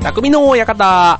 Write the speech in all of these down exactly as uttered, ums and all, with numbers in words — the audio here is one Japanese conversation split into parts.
匠の館。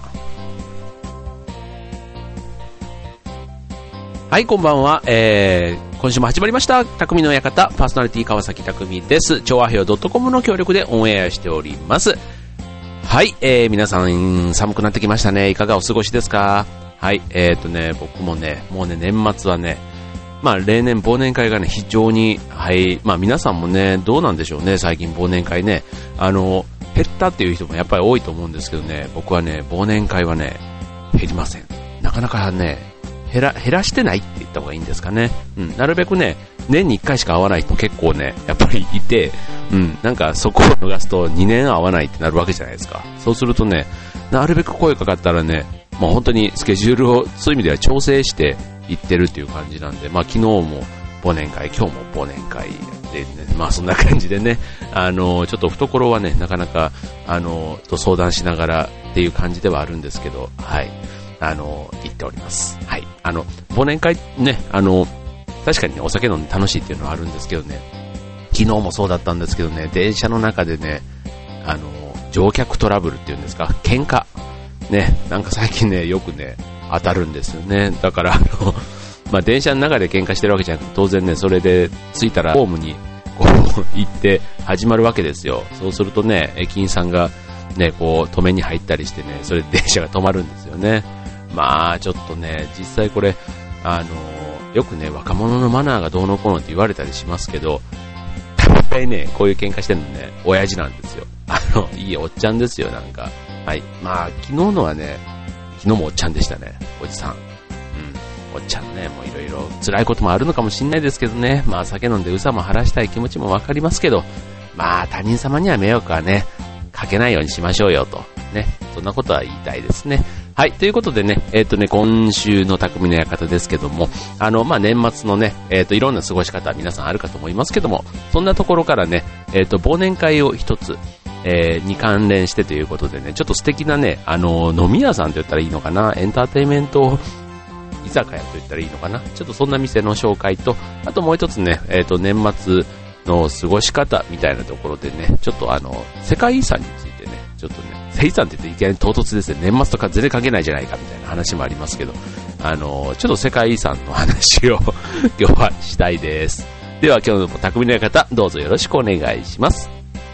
はい、こんばんは。えー、今週も始まりました。匠の館、パーソナリティ川崎匠です。調和平洋 .com の協力でオンエアしております。はい、えー、皆さん寒くなってきましたね。いかがお過ごしですか？はい、えーとね、僕もね、もうね、年末はね、まあ例年忘年会がね、非常に、はい、まあ皆さんもね、どうなんでしょうね、最近忘年会ね。あの、減ったっていう人もやっぱり多いと思うんですけどね、僕はね、忘年会はね、減りません。なかなかね、減ら、減らしてないって言った方がいいんですかね。うん、なるべくね、年にいっかいしか会わない人結構ね、やっぱりいて、うん、なんかそこを逃すとにねん会わないってなるわけじゃないですか。そうするとね、なるべく声かかったらね、もう本当にスケジュールをそういう意味では調整していってるっていう感じなんで、まあ昨日も忘年会、今日も忘年会でね、まあそんな感じでね、あの、ちょっと懐はね、なかなか、あの、と相談しながらっていう感じではあるんですけど、はい、あの、言っております。はい。あの、忘年会ね、あの、確かにね、お酒飲んで楽しいっていうのはあるんですけどね、昨日もそうだったんですけどね、電車の中でね、あの、乗客トラブルっていうんですか、喧嘩。ね、なんか最近ね、よくね、当たるんですよね。だから、あの、まあ、電車の中で喧嘩してるわけじゃなくて、当然ね、それで着いたらホームにこう行って始まるわけですよ。そうするとね、駅員さんがね、こう止めに入ったりしてね、それで電車が止まるんですよね。まあ、ちょっとね、実際これ、あの、よくね、若者のマナーがどうのこうのって言われたりしますけど、大体ね、こういう喧嘩してるのね、親父なんですよ。あの、いいおっちゃんですよ、なんか。はい。まあ、昨日のはね、昨日もおっちゃんでしたね、おじさん。うん。おっちゃんね、もういろいろ辛いこともあるのかもしれないですけどね、まあ酒飲んでうさも晴らしたい気持ちもわかりますけど、まあ他人様には迷惑はね、かけないようにしましょうよと。ね。そんなことは言いたいですね。はい。ということでね、えっとね、今週の匠の館ですけども、あの、まあ年末のね、えっと、いろんな過ごし方皆さんあるかと思いますけども、そんなところからね、えっと、忘年会を一つ、えー、に関連してということでね、ちょっと素敵なね、あの、飲み屋さんと言ったらいいのかな、エンターテインメント居酒屋と言ったらいいのかな、ちょっとそんな店の紹介と、あともう一つね、えっと、年末の過ごし方みたいなところでね、ちょっとあの、世界遺産についてね、ちょっとね、世界遺産って言っていきなり唐突ですね、年末とか全然関係ないじゃないかみたいな話もありますけど、あの、ちょっと世界遺産の話を今日はしたいです。では今日の匠の館、どうぞよろしくお願いします。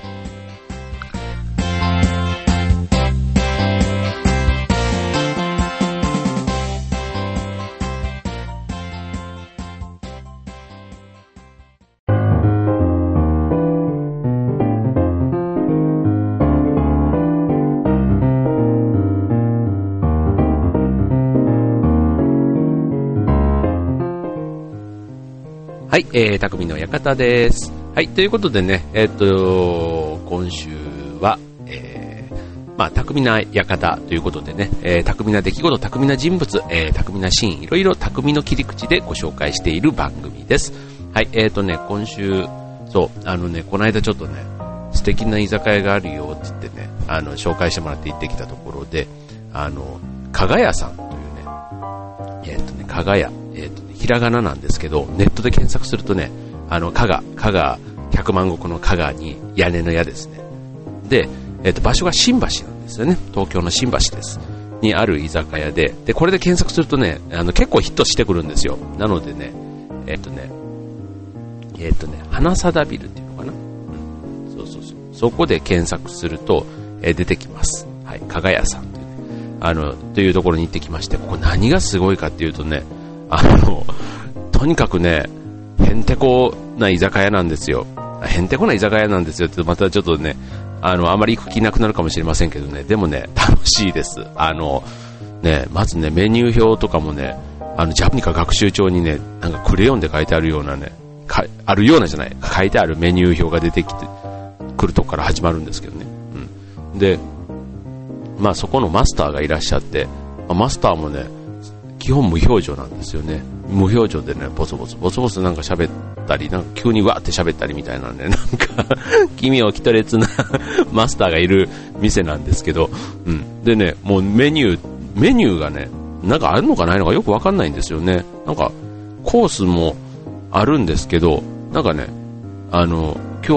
はい、えー、匠の館です。はい、ということでね、えー、っと、今週は、えー、まあ、匠な館ということでね、えー、匠な出来事、匠な人物、えー、匠なシーン、いろいろ匠の切り口でご紹介している番組です。はい、えー、っとね、今週、そう、あのね、この間ちょっとね、素敵な居酒屋があるよって言ってね、あの、紹介してもらって行ってきたところで、あの、かがやさんというね、えー、っとね、かがや、えー、っとね、ひらがななんですけど、ネットで検索するとね、あの、加賀、加賀、百万石の加賀に屋根の屋ですね。で、えっと、場所が新橋なんですよね。東京の新橋です。にある居酒屋で、で、これで検索するとね、あの、結構ヒットしてくるんですよ。なのでね、えっとね、えっとね、花貞ビルっていうのかな。うん。そうそうそう。そこで検索すると、えー、出てきます。はい、加賀屋さんという、ね、あの、というところに行ってきまして、ここ何がすごいかっていうとね、あの、とにかくね、へんてこな居酒屋なんですよ。へんてこな居酒屋なんですよってまたちょっとね、あの、あまり行く気なくなるかもしれませんけどね、でもね、楽しいです。あの、ね、まずね、メニュー表とかもね、あの、ジャプニカ学習帳にね、なんかクレヨンで書いてあるようなね、かあるようなじゃない、書いてあるメニュー表が出てきてくるとこから始まるんですけどね。うん。で、まあそこのマスターがいらっしゃって、マスターもね、基本無表情なんですよね。無表情でね、ボソボソ、ボソボソなんか喋ったり、なんか急にわーって喋ったりみたいなんで、なんか、奇妙奇烈なマスターがいる店なんですけど、うん。でね、もうメニュー、メニューがね、なんかあるのかないのかよくわかんないんですよね。なんか、コースもあるんですけど、なんかね、あの、今日は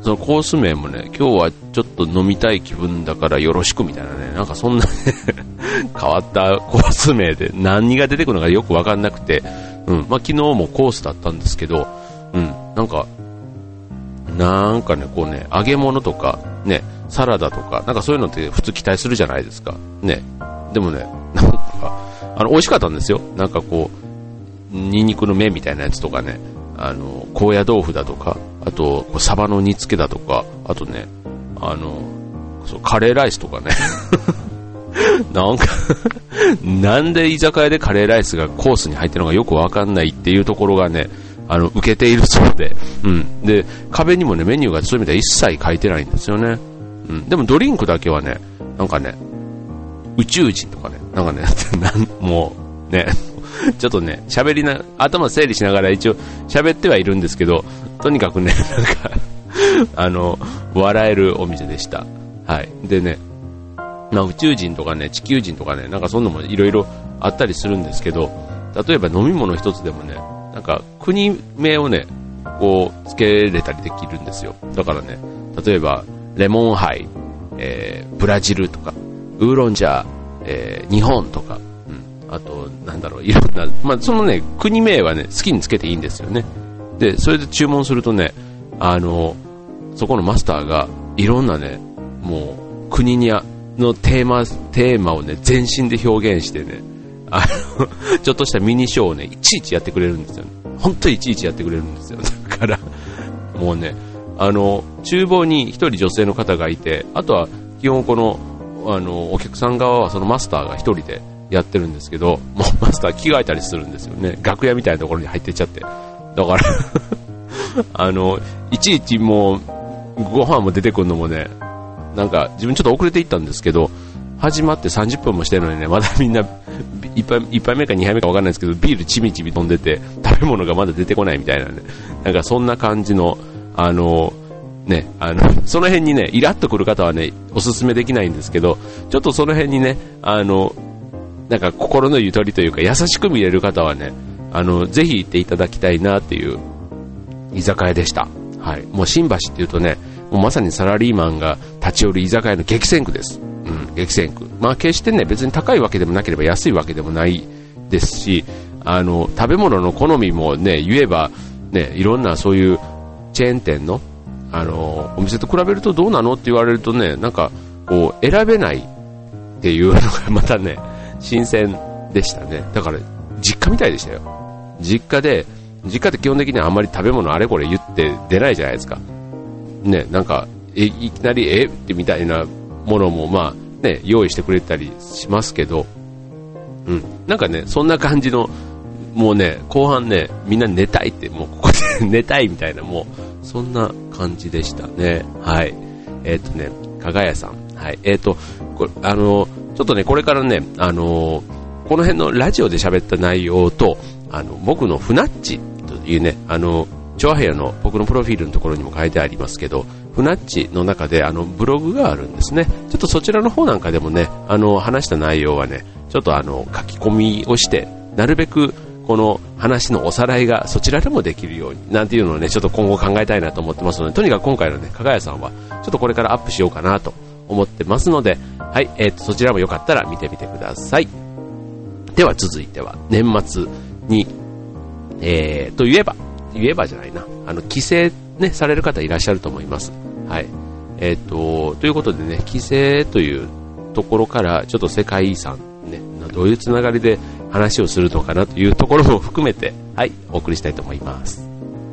そのコース名もね、今日はちょっと飲みたい気分だからよろしくみたいなね、なんかそんな、ね、変わったコース名で何が出てくるのかよくわかんなくて、うん、まあ昨日もコースだったんですけど、うん、なんか、なんかね、こうね、揚げ物とか、ね、サラダとか、なんかそういうのって普通期待するじゃないですか。ね。でもね、なんか、あの、美味しかったんですよ。なんかこう、ニンニクの麺みたいなやつとかね、あの、高野豆腐だとか、あと、サバの煮付けだとか、あとね、あの、そうカレーライスとかね。なんかなんで居酒屋でカレーライスがコースに入ってるのかよくわかんないっていうところがね、あの、受けているそうで、うん。で、壁にもね、メニューがそういう意味では一切書いてないんですよね。うん。でもドリンクだけはね、なんかね、宇宙人とかね、なんかね、なんもう、ね、ちょっとね、喋りな、頭整理しながら一応喋ってはいるんですけど、とにかくね、なんか、あの、笑えるお店でした。はい。でね、まあ宇宙人とかね、地球人とかね、なんかそんなのもいろいろあったりするんですけど、例えば飲み物一つでもね、なんか国名をね、こう、つけれたりできるんですよ。だからね、例えば、レモンハイ、えー、ブラジルとか、ウーロン茶、えー、日本とか、うん、あと、なんだろう、いろんな、まあ、そのね、国名はね、好きにつけていいんですよね。で、それで注文するとね、あの、そこのマスターが、いろんなね、もう、国にあ、のテーマ、テーマをね、全身で表現してね、あの、ちょっとしたミニショーをね、いちいちやってくれるんですよね。本当にいちいちやってくれるんですよ。だから、もうね、あの、厨房に一人女性の方がいて、あとは、基本この、あの、お客さん側はそのマスターが一人でやってるんですけど、もうマスター着替えたりするんですよね。楽屋みたいなところに入ってっちゃって。だからあの、いちいちもう、ご飯も出てくるのもね、なんか自分ちょっと遅れていったんですけど、始まってさんじゅっぷんもしてるのにね、まだみんな一杯、一杯目かにはいめか分かんないですけど、ビールちびちび飛んでて、食べ物がまだ出てこないみたいなね、なんかそんな感じの、あの、ね、あの、その辺にね、イラッとくる方はね、おすすめできないんですけど、ちょっとその辺にね、あの、なんか心のゆとりというか、優しく見れる方はね、あの、ぜひ行っていただきたいなっていう居酒屋でした。はい。もう新橋っていうとね、もうまさにサラリーマンが立ち寄る居酒屋の激戦区です。うん、激戦区。まあ決してね、別に高いわけでもなければ安いわけでもないですし、あの、食べ物の好みもね、言えば、ね、いろんなそういうチェーン店の、あの、お店と比べるとどうなのって言われるとね、なんか、こう、選べないっていうのがまたね、新鮮でしたね。だから、実家みたいでしたよ。実家で、実家って基本的にはあんまり食べ物あれこれ言って出ないじゃないですか。ね、なんか、え、いきなり、えってみたいなものも、まあ、ね、用意してくれたりしますけど、うん。なんかね、そんな感じの、もうね、後半ね、みんな寝たいって、もうここで寝たいみたいな、もう、そんな感じでしたね。はい。えっとね、かがやさん。はい。えっと、これ、あの、ちょっとね、これからね、あの、この辺のラジオで喋った内容と、あの、僕のフナッチというね、あの、チョアヘアの僕のプロフィールのところにも書いてありますけど、フナッチの中であのブログがあるんですね。ちょっとそちらの方なんかでもね、あの話した内容はね、ちょっとあの書き込みをして、なるべくこの話のおさらいがそちらでもできるように、なんていうのをね、ちょっと今後考えたいなと思ってますので、とにかく今回のね、かがやさんは、ちょっとこれからアップしようかなと思ってますので、はい、えーと、そちらもよかったら見てみてください。では続いては、年末に、えー、と言えば、言えばじゃないな。あの、帰省ね、される方いらっしゃると思います。はい。えっと、ということでね、帰省というところから、ちょっと世界遺産、ね、どういうつながりで話をするのかなというところも含めて、はい、お送りしたいと思います。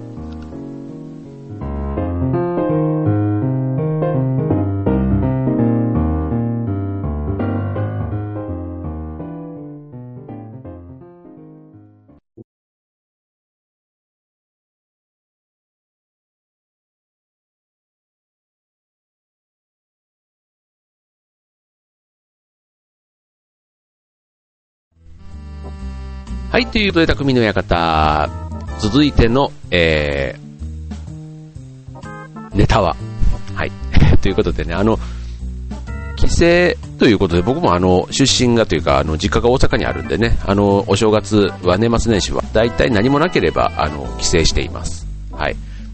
はい、ということで、匠の館、続いての、えー、ネタは、はい、ということでね、あの、帰省ということで、僕もあの、出身がというか、あの、実家が大阪にあるんでね、あの、お正月は年末年始は、だいたい何もなければ、あの、帰省しています。はい。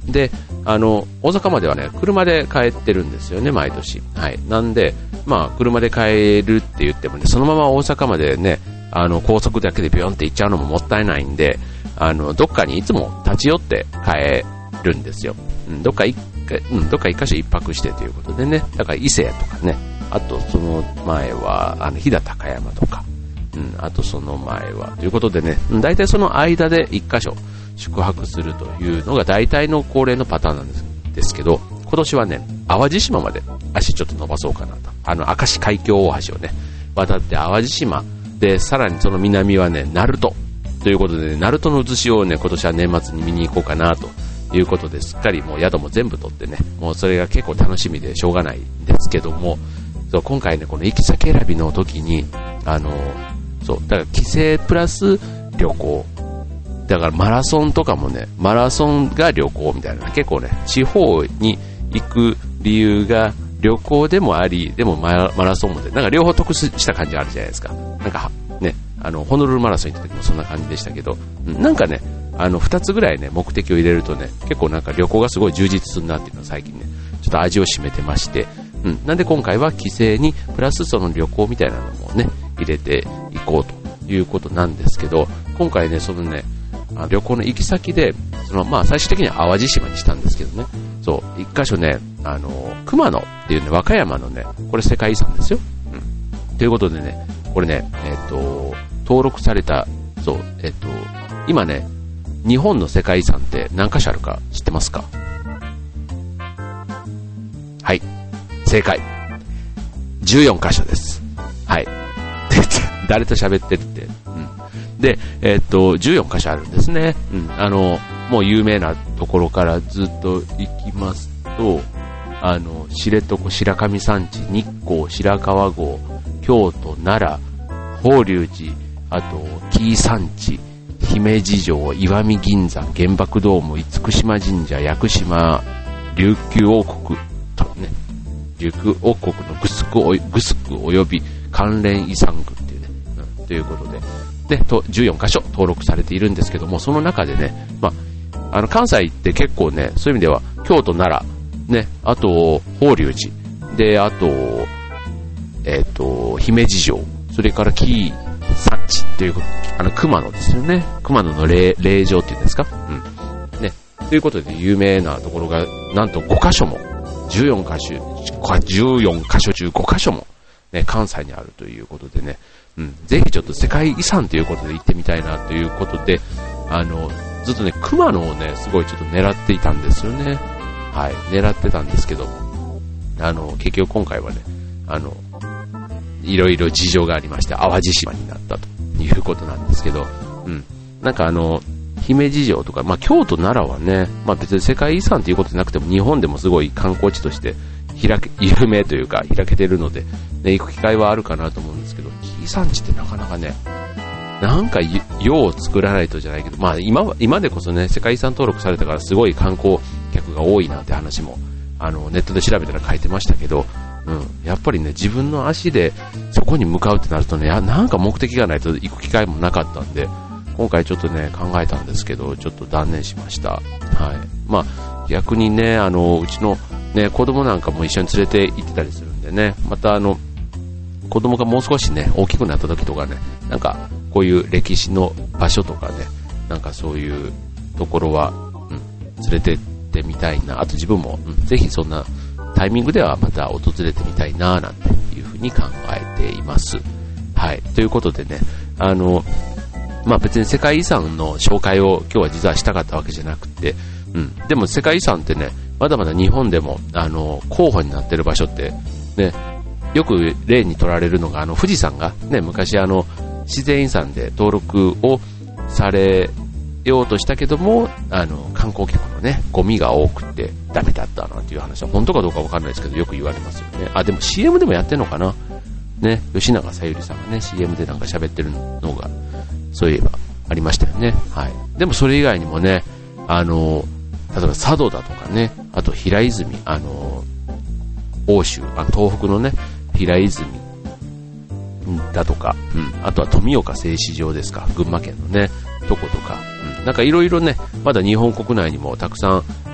で、あの、大阪まではね、車で帰ってるんですよね、毎年。はい。なんで、まあ、車で帰るって言ってもね、そのまま大阪までね、あの、高速だけでビヨンって行っちゃうのももったいないんで、あの、どっかにいつも立ち寄って帰るんですよ。うん、どっか一回、うん、どっか一箇所一泊してということでね、だから伊勢とかね、あとその前は、あの、飛騨高山とか、うん、あとその前は、ということでね、大体その間で一箇所宿泊するというのが大体の恒例のパターンなんです、ですけど、今年はね、淡路島まで足ちょっと伸ばそうかなと。あの、明石海峡大橋をね、渡って淡路島で、さらにその南はね、鳴門ということで、ね、鳴門の渦潮をね、今年は年末に見に行こうかなということで、すっかりもう宿も全部取ってね、もうそれが結構楽しみでしょうがないんですけども、そう今回ね、この行き先選びの時に、あの、そう、だから帰省プラス旅行。だからマラソンとかもね、マラソンが旅行みたいな、結構ね、地方に行く理由が旅行でもあり、でもマラソンもで、なんか両方得した感じあるじゃないですか。なんかね、あの、ホノルルマラソン行った時もそんな感じでしたけど、なんかね、あの、二つぐらいね、目的を入れるとね、結構なんか旅行がすごい充実するなっていうのは最近ね、ちょっと味を占めてまして、うん、なんで今回は帰省にプラスその旅行みたいなのもね、入れていこうということなんですけど、今回ね、そのね、旅行の行き先で、そのまあ最終的には淡路島にしたんですけどね、そう、一箇所ね、あの、熊野っていうね、和歌山のね、これ世界遺産ですよ。うん。ということでね、これね、えっと、登録された、そう、えっと、今ね、日本の世界遺産って何箇所あるか知ってますか？はい。正解。じゅうよん箇所です。はい。誰と喋ってるって。で、えー、っと、じゅうよん箇所あるんですね。うん。あの、もう有名なところからずっと行きますと、あの、知床、白神山地、日光、白川郷、京都、奈良、法隆寺、あと、紀伊山地、姫路城、石見銀山、原爆ドーム、厳島神社、屋久島、琉球王国とね、琉球王国のグスクお、グスクおよび関連遺産群っていうね、うん、ということで、で、とじゅうよん箇所登録されているんですけども、その中でね、まあ、あの、関西って結構ね、そういう意味では、京都、奈良、ね、あと、法隆寺、で、あと、えっと、姫路城、それから紀伊山地っていう、あの、熊野ですよね。熊野の霊、霊場っていうんですか？うん。ね。ということで、有名なところが、なんとご箇所も、じゅうよん箇所、じゅうよん箇所中ご箇所も、ね、関西にあるということでね、うん、ぜひちょっと世界遺産ということで行ってみたいなということで、あの、ずっとね、熊野をね、すごいちょっと狙っていたんですよね。はい、狙ってたんですけど、あの、結局今回はね、あの、いろいろ事情がありまして、淡路島になったということなんですけど、うん、なんかあの、姫路城とか、まあ、京都、奈良はね、まあ、別に世界遺産ということじゃなくても、日本でもすごい観光地として開け、有名というか、開けてるので、ね、行く機会はあるかなと思うんですけど、紀伊山地ってなかなかね、なんか用を作らないとじゃないけど、まあ今、今でこそね、世界遺産登録されたからすごい観光客が多いなって話も、あの、ネットで調べたら書いてましたけど、うん、やっぱりね、自分の足でそこに向かうってなるとね、なんか目的がないと行く機会もなかったんで、今回ちょっとね、考えたんですけど、ちょっと断念しました。はい。まあ、逆にね、あの、うちのね、子供なんかも一緒に連れて行ってたりするんでね、またあの、子供がもう少しね、大きくなった時とかね、なんか、こういう歴史の場所とかね、なんかそういうところは、うん、連れてってみたいな。あと自分も、うん、ぜひそんなタイミングではまた訪れてみたいな、なんていうふうに考えています。はい。ということでね、あの、まあ別に世界遺産の紹介を今日は実はしたかったわけじゃなくて、うん。でも世界遺産ってね、まだまだ日本でも、あの、候補になってる場所って、ね、よく例に取られるのが、あの、富士山がね、昔あの、自然遺産で登録をされようとしたけども、あの、観光客のね、ゴミが多くてダメだったなんていう話は本当かどうかわかんないですけど、よく言われますよね。あ、でも シーエム でもやってんのかなね、吉永小百合さんがね、シーエム でなんか喋ってるのが、そういえばありましたよね。はい。でもそれ以外にもね、あの、例えば佐渡だとかね、あと平泉、あの、奥州、あの東北のね、平泉だとか、うん、あとは富岡製糸場ですか、群馬県のね、とことか、うん、なんかいろいろね、まだ日本国内にもたくさん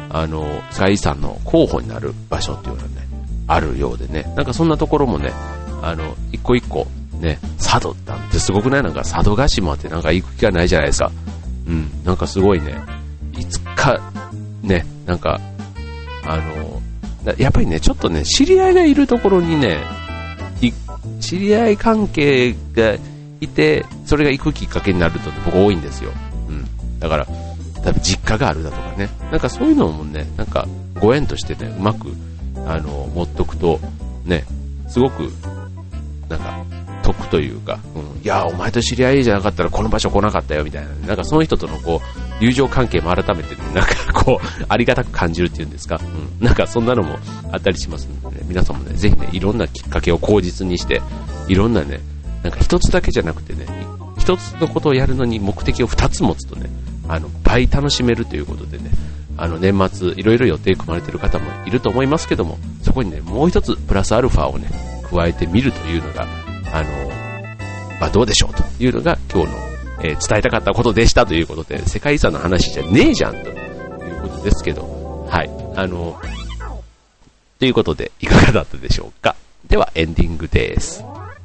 あの、世界遺産の候補になる場所っていうのがね、あるようでね、なんかそんなところもね、あの、一個一個、ね、佐渡なんてすごくない？なんか佐渡島ってなんか行く気がないじゃないですか。うん、なんかすごいね、いつか、ね、なんか、あの、やっぱりね、ちょっとね、知り合いがいるところにね、知り合い関係がいて、それが行くきっかけになると僕多いんですよ。うん。だから、多分実家があるだとかね、なんかそういうのもね、なんかご縁としてね、うまく、あの、持っとくと、ね、すごく、なんか、得というか、うん、いや、お前と知り合いじゃなかったらこの場所来なかったよみたいな、なんかその人とのこう、友情関係も改めて、ね、なんかこう、ありがたく感じるっていうんですか、うん、なんかそんなのもあったりしますので、ね、皆さんもね、ぜひね、いろんなきっかけを口実にして、いろんなね、なんか一つだけじゃなくてね、一つのことをやるのに目的を二つ持つとね、あの、倍楽しめるということでね、あの、年末、いろいろ予定組まれている方もいると思いますけども、そこにね、もう一つプラスアルファをね、加えてみるというのが、あの、まあ、どうでしょうというのが今日の、えー、伝えたかったことでしたということで、世界遺産の話じゃねえじゃんということですけど、はい、あの、ということでいかがだったでしょうか。ではエンディングです。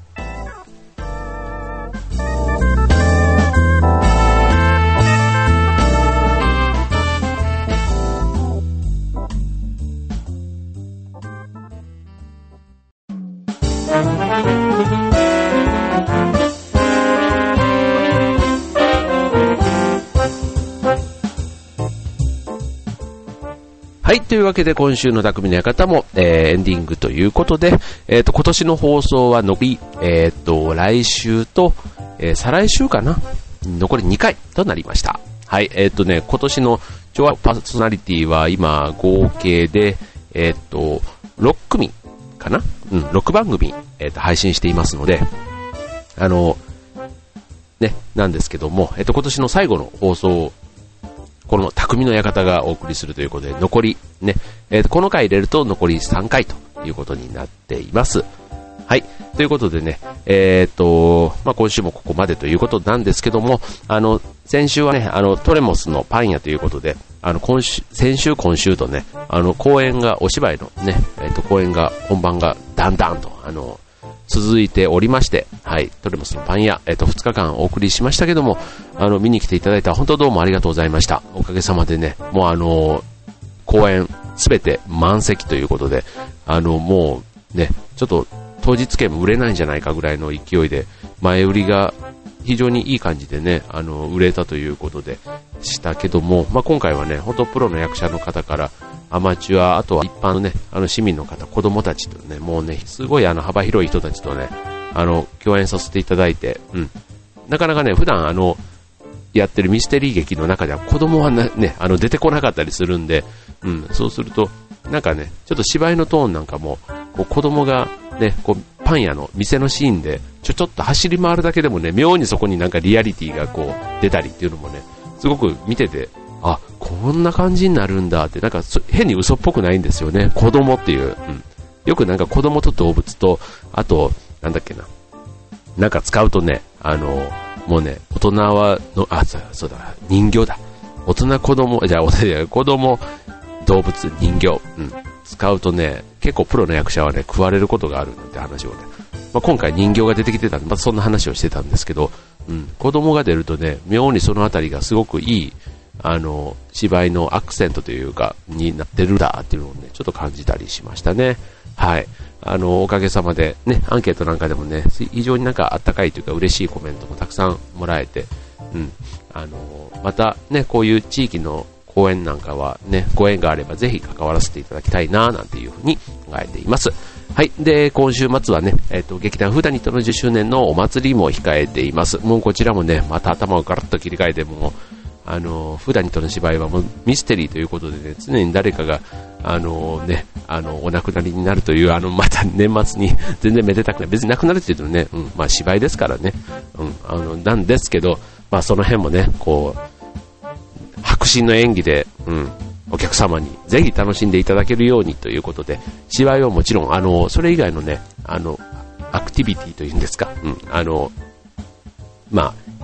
はい。というわけで、今週の匠の館も、えー、エンディングということで、えっと、今年の放送は残り、えっと、来週と、えー、再来週かな？残りにかいとなりました。はい。えっとね、今年の調和パーソナリティは今、合計で、えっと、ろっくみかな？うん、ろくばんぐみ、えっと、配信していますので、あの、ね、なんですけども、えっと、今年の最後の放送この匠の館がお送りするということで、残りね、えーと、この回入れると残りさんかいということになっています。はい。ということでね、えっと、まあ、今週もここまでということなんですけども、あの、先週はね、あの、トレモスのパン屋ということで、あの、今週、先週今週とね、あの、公演が、お芝居のね、えっと、公演が、本番がだんだんと、あの、続いておりまして、はい、トレモスのパン屋、えっと、ふつかかんお送りしましたけども、あの、見に来ていただいた本当どうもありがとうございました。おかげさまでね、もうあの、公演すべて満席ということで、あの、もうね、ちょっと当日券も売れないんじゃないかぐらいの勢いで、前売りが非常にいい感じでね、あの、売れたということでしたけども、まあ、今回はね、本当プロの役者の方から、アマチュア、あとは一般のね、あの市民の方、子供たちとね、もうね、すごいあの幅広い人たちとね、あの、共演させていただいて、うん。なかなかね、普段あの、やってるミステリー劇の中では子供はね、あの、出てこなかったりするんで、うん、そうすると、なんかね、ちょっと芝居のトーンなんかも、こう子供がね、こう、パン屋の店のシーンで、ちょちょっと走り回るだけでもね、妙にそこになんかリアリティがこう、出たりっていうのもね、すごく見てて、あ、こんな感じになるんだって、なんか変に嘘っぽくないんですよね。子供っていう。うん、よくなんか子供と動物と、あと、なんだっけな。なんか使うとね、あの、もうね、大人はの、あ、そうだ、人形だ。大人子供、じゃあ、子供、動物、人形。うん。使うとね、結構プロの役者はね、食われることがあるなんて話をね。まあ、今回人形が出てきてたんで、まあ、そんな話をしてたんですけど、うん。子供が出るとね、妙にそのあたりがすごくいい、あの、芝居のアクセントというか、になってるんだっていうのをね、ちょっと感じたりしましたね。はい。あの、おかげさまで、ね、アンケートなんかでもね、非常になんかあったかいというか嬉しいコメントもたくさんもらえて、うん。あの、またね、こういう地域の公演なんかはね、ご縁があればぜひ関わらせていただきたいな、なんていうふうに考えています。はい。で、今週末はね、えっと、劇団フーダニットのじゅっしゅうねんのお祭りも控えています。もうこちらもね、また頭をガラッと切り替えて、もう、あの、フーダニットの芝居はもうミステリーということでね、常に誰かが、あのね、あの、お亡くなりになるという、あの、また年末に全然めでたくない。別に亡くなるって言うとね、うん、まあ芝居ですからね、うん、あの、なんですけど、まあその辺もね、こう、迫真の演技で、うん、お客様にぜひ楽しんでいただけるようにということで、芝居はもちろん、あの、それ以外のね、あの、アクティビティというんですか、うん、あの、まあ、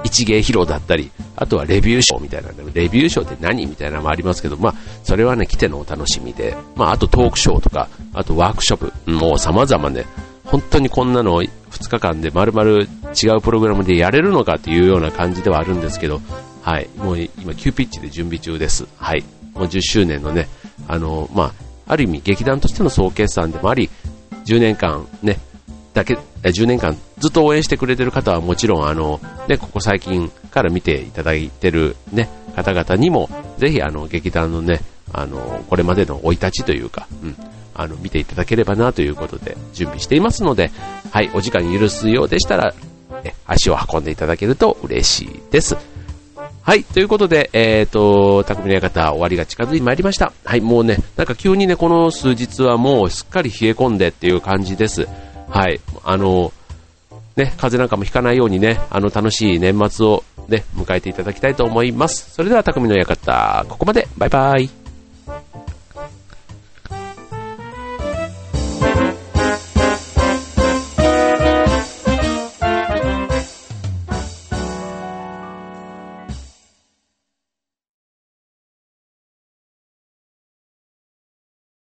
一芸披露だったり、あとはレビューショーみたいな、レビューショーって何みたいなのもありますけど、まあ、それはね、来てのお楽しみで、まあ、あとトークショーとか、あとワークショップ、もう様々ね、本当にこんなのふつかかんで丸々違うプログラムでやれるのかというような感じではあるんですけど、はい、もう今急ピッチで準備中です。はい、もうじゅっしゅうねんのね、あの、まあ、ある意味劇団としての総決算でもあり、じゅうねんかんね、だけ、じゅうねんかんずっと応援してくれてる方はもちろん、あの、ね、ここ最近から見ていただいてるね、方々にも、ぜひあの、劇団のね、あの、これまでの生い立ちというか、うん、あの、見ていただければなということで準備していますので、はい、お時間許すようでしたら、ね、足を運んでいただけると嬉しいです。はい、ということで、えっと、匠の館終わりが近づいてまいりました。はい、もうね、なんか急にね、この数日はもうすっかり冷え込んでっていう感じです。はい、あの、ね、風邪なんかもひかないようにね、あの、楽しい年末をね、迎えていただきたいと思います。それでは匠の館、ここまで、バイバイ。